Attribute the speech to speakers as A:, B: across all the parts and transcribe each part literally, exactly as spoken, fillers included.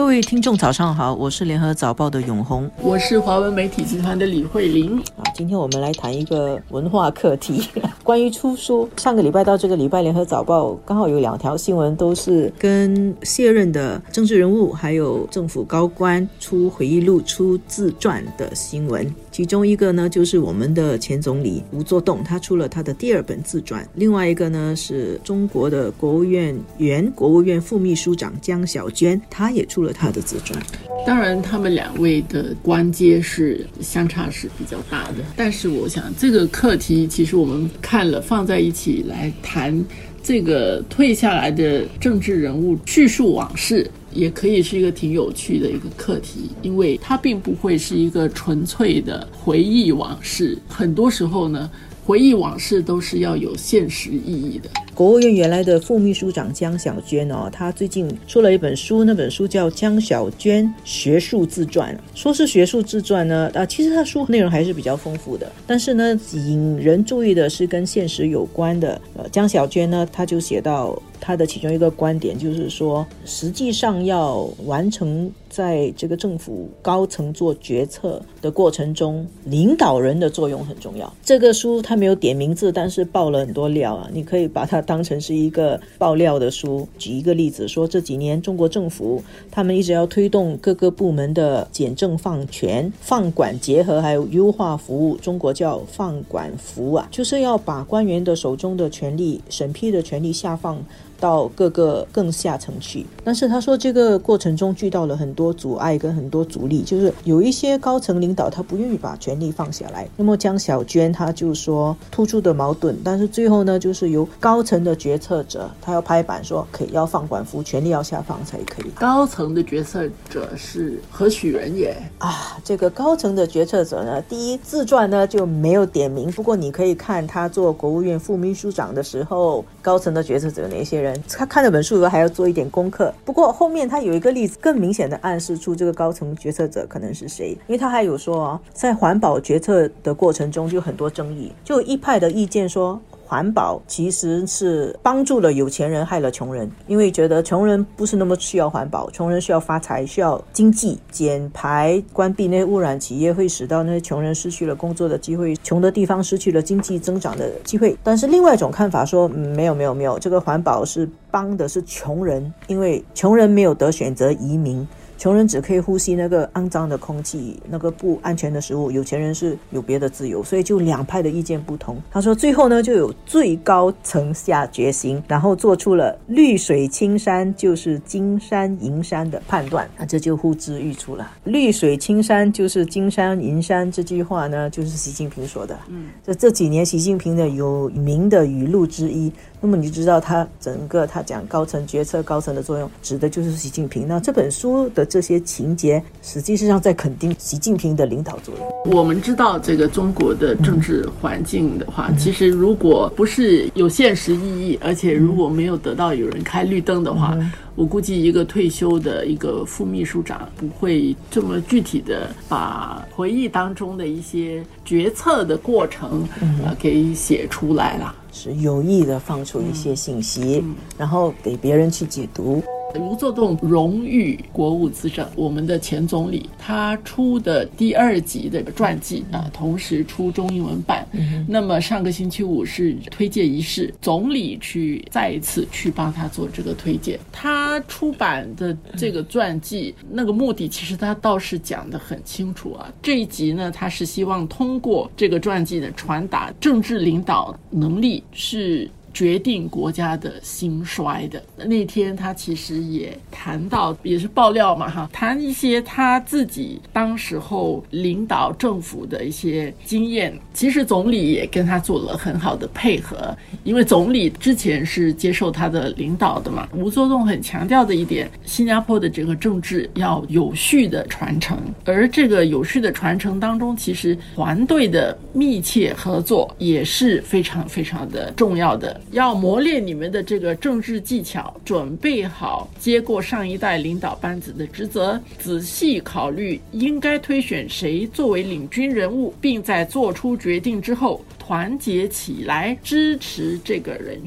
A: 各位听众早上好，我是联合早报的永红，
B: 我是华文媒体集团的李慧玲。
A: 今天我们来谈一个文化课题，关于出书。上个礼拜到这个礼拜，联合早报刚好有两条新闻都是跟卸任的政治人物还有政府高官出回忆录、出自传的新闻。其中一个呢就是我们的前总理吴作栋，他出了他的第二本自传。另外一个呢是中国的国务院原国务院副秘书长江小娟，他也出了他的自传。
B: 当然他们两位的官阶是相差是比较大的，但是我想这个课题其实我们看了放在一起来谈这个退下来的政治人物叙述往事，也可以是一个挺有趣的一个课题，因为它并不会是一个纯粹的回忆往事，很多时候呢回忆往事都是要有现实意义的。
A: 国务院原来的副秘书长江小娟哦，她最近出了一本书，那本书叫《江小娟学术自传》。说是学术自传呢，啊，其实她书内容还是比较丰富的，但是呢，引人注意的是跟现实有关的。呃，江小娟呢，她就写到他的其中一个观点，就是说实际上要完成在这个政府高层做决策的过程中，领导人的作用很重要。这个书他没有点名字，但是爆了很多料啊，你可以把它当成是一个爆料的书。举一个例子说，这几年中国政府他们一直要推动各个部门的简政放权、放管结合还有优化服务，中国叫放管服啊，就是要把官员的手中的权力、审批的权力下放到各个更下层去。但是他说这个过程中遇到了很多阻碍跟很多阻力，就是有一些高层领导他不愿意把权力放下来。那么江小娟他就说突出的矛盾，但是最后呢就是由高层的决策者他要拍板说可以要放管服，权力要下放才可以。
B: 高层的决策者是何许人也
A: 啊？这个高层的决策者呢，第一自传呢就没有点名，不过你可以看他做国务院副秘书长的时候，高层的决策者哪些人，他看了本书以后还要做一点功课。不过后面他有一个例子更明显的暗示出这个高层决策者可能是谁，因为他还有说哦，在环保决策的过程中就很多争议，就有一派的意见说环保其实是帮助了有钱人害了穷人，因为觉得穷人不是那么需要环保，穷人需要发财，需要经济，减排关闭那些污染企业会使到那些穷人失去了工作的机会，穷的地方失去了经济增长的机会。但是另外一种看法说、嗯、没有没有没有，这个环保是帮的是穷人，因为穷人没有得选择移民，穷人只可以呼吸那个肮脏的空气，那个不安全的食物，有钱人是有别的自由，所以就两派的意见不同。他说最后呢就有最高层下决心，然后做出了绿水青山就是金山银山的判断，那这就呼之欲出了。绿水青山就是金山银山这句话呢就是习近平说的，嗯，这这几年习近平的有名的语录之一。那么你就知道他整个他讲高层决策高层的作用指的就是习近平。那这本书的这些情节实际上在肯定习近平的领导作用。
B: 我们知道这个中国的政治环境的话、嗯、其实如果不是有现实意义，而且如果没有得到有人开绿灯的话、嗯、我估计一个退休的一个副秘书长不会这么具体的把回忆当中的一些决策的过程、嗯呃、给写出来了，
A: 是有意的放出一些信息、嗯、然后给别人去解读。
B: 吴作栋荣誉国务资政，我们的前总理，他出的第二集的传记啊，同时出中英文版、嗯、那么上个星期五是推介仪式，总理去再一次去帮他做这个推荐。他出版的这个传记、嗯、那个目的其实他倒是讲得很清楚啊。这一集呢，他是希望通过这个传记的传达，政治领导能力是决定国家的兴衰的。那天他其实也谈到，也是爆料嘛哈，谈一些他自己当时候领导政府的一些经验。其实总理也跟他做了很好的配合，因为总理之前是接受他的领导的嘛。吴作栋很强调的一点，新加坡的这个政治要有序的传承，而这个有序的传承当中，其实团队的密切合作也是非常非常的重要的。要磨练你们的这个政治技巧，准备好接过上一代领导班子的职责，仔细考虑应该推选谁作为领军人物，并在做出决定之后团结起来支持这个人选。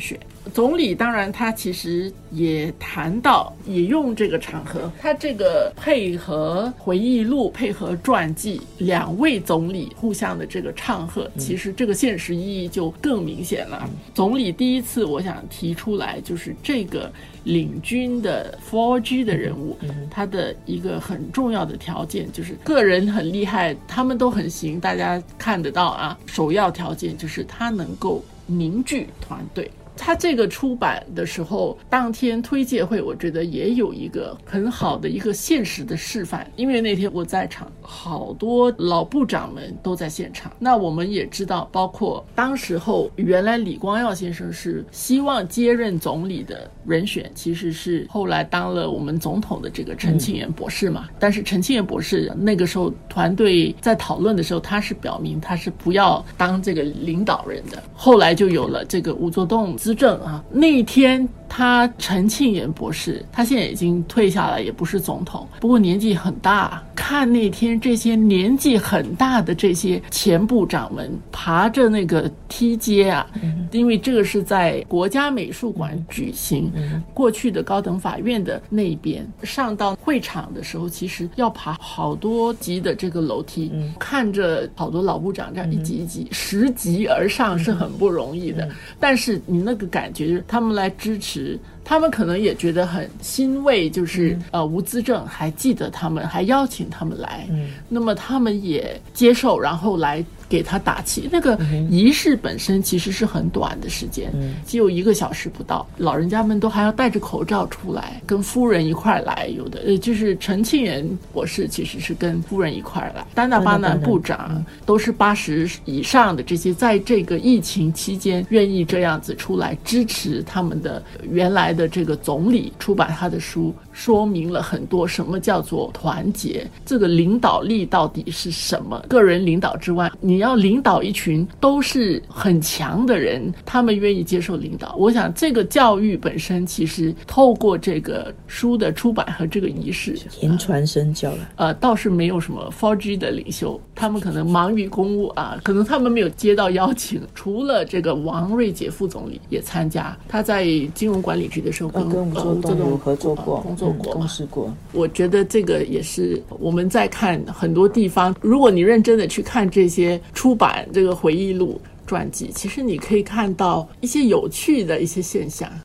B: 总理当然他其实也谈到，也用这个场合，他这个配合回忆录配合传记两位总理互相的这个唱和，其实这个现实意义就更明显了。总理第一次我想提出来，就是这个领军的 四 G 的人物，他的一个很重要的条件就是个人很厉害，他们都很行，大家看得到啊，首要条件就是他能够凝聚团队。他这个出版的时候，当天推介会我觉得也有一个很好的一个现实的示范，因为那天我在场，好多老部长们都在现场。那我们也知道，包括当时候原来李光耀先生是希望接任总理的人选，其实是后来当了我们总统的这个陈庆炎博士嘛、嗯、但是陈庆炎博士那个时候团队在讨论的时候，他是表明他是不要当这个领导人的，后来就有了这个吴作栋资政啊。那一天他陈庆炎博士，他现在已经退下来，也不是总统，不过年纪很大。看那天这些年纪很大的这些前部长们爬着那个梯阶啊，嗯、因为这个是在国家美术馆举行，嗯、过去的高等法院的那边上到会场的时候，其实要爬好多级的这个楼梯，嗯、看着好多老部长这样一级一级、嗯、拾级而上是很不容易的，嗯、但是你那个感觉他们来支持，他们可能也觉得很欣慰，就是、嗯、呃吴资政还记得他们，还邀请他们来、嗯、那么他们也接受，然后来给他打气。那个仪式本身其实是很短的时间、嗯、只有一个小时不到，老人家们都还要戴着口罩出来，跟夫人一块来，有的呃就是陈庆炎博士其实是跟夫人一块来，丹大巴南部长、嗯、都是八十以上的，这些在这个疫情期间愿意这样子出来支持他们的原来的这个总理出版他的书，说明了很多什么叫做团结，这个领导力到底是什么。个人领导之外，你要领导一群都是很强的人，他们愿意接受领导。我想这个教育本身其实透过这个书的出版和这个仪式
A: 言传身教了、
B: 呃。呃，倒是没有什么 四 G 的领袖，他们可能忙于公务啊，可能他们没有接到邀请。除了这个王瑞杰副总理也参加，他在金融管理局的时候跟、
A: 呃、跟吴作栋有合作过、呃、
B: 工作过、
A: 嗯、共事过。
B: 我觉得这个也是我们在看很多地方，如果你认真的去看这些出版这个回忆录传记，其实你可以看到一些有趣的一些现象。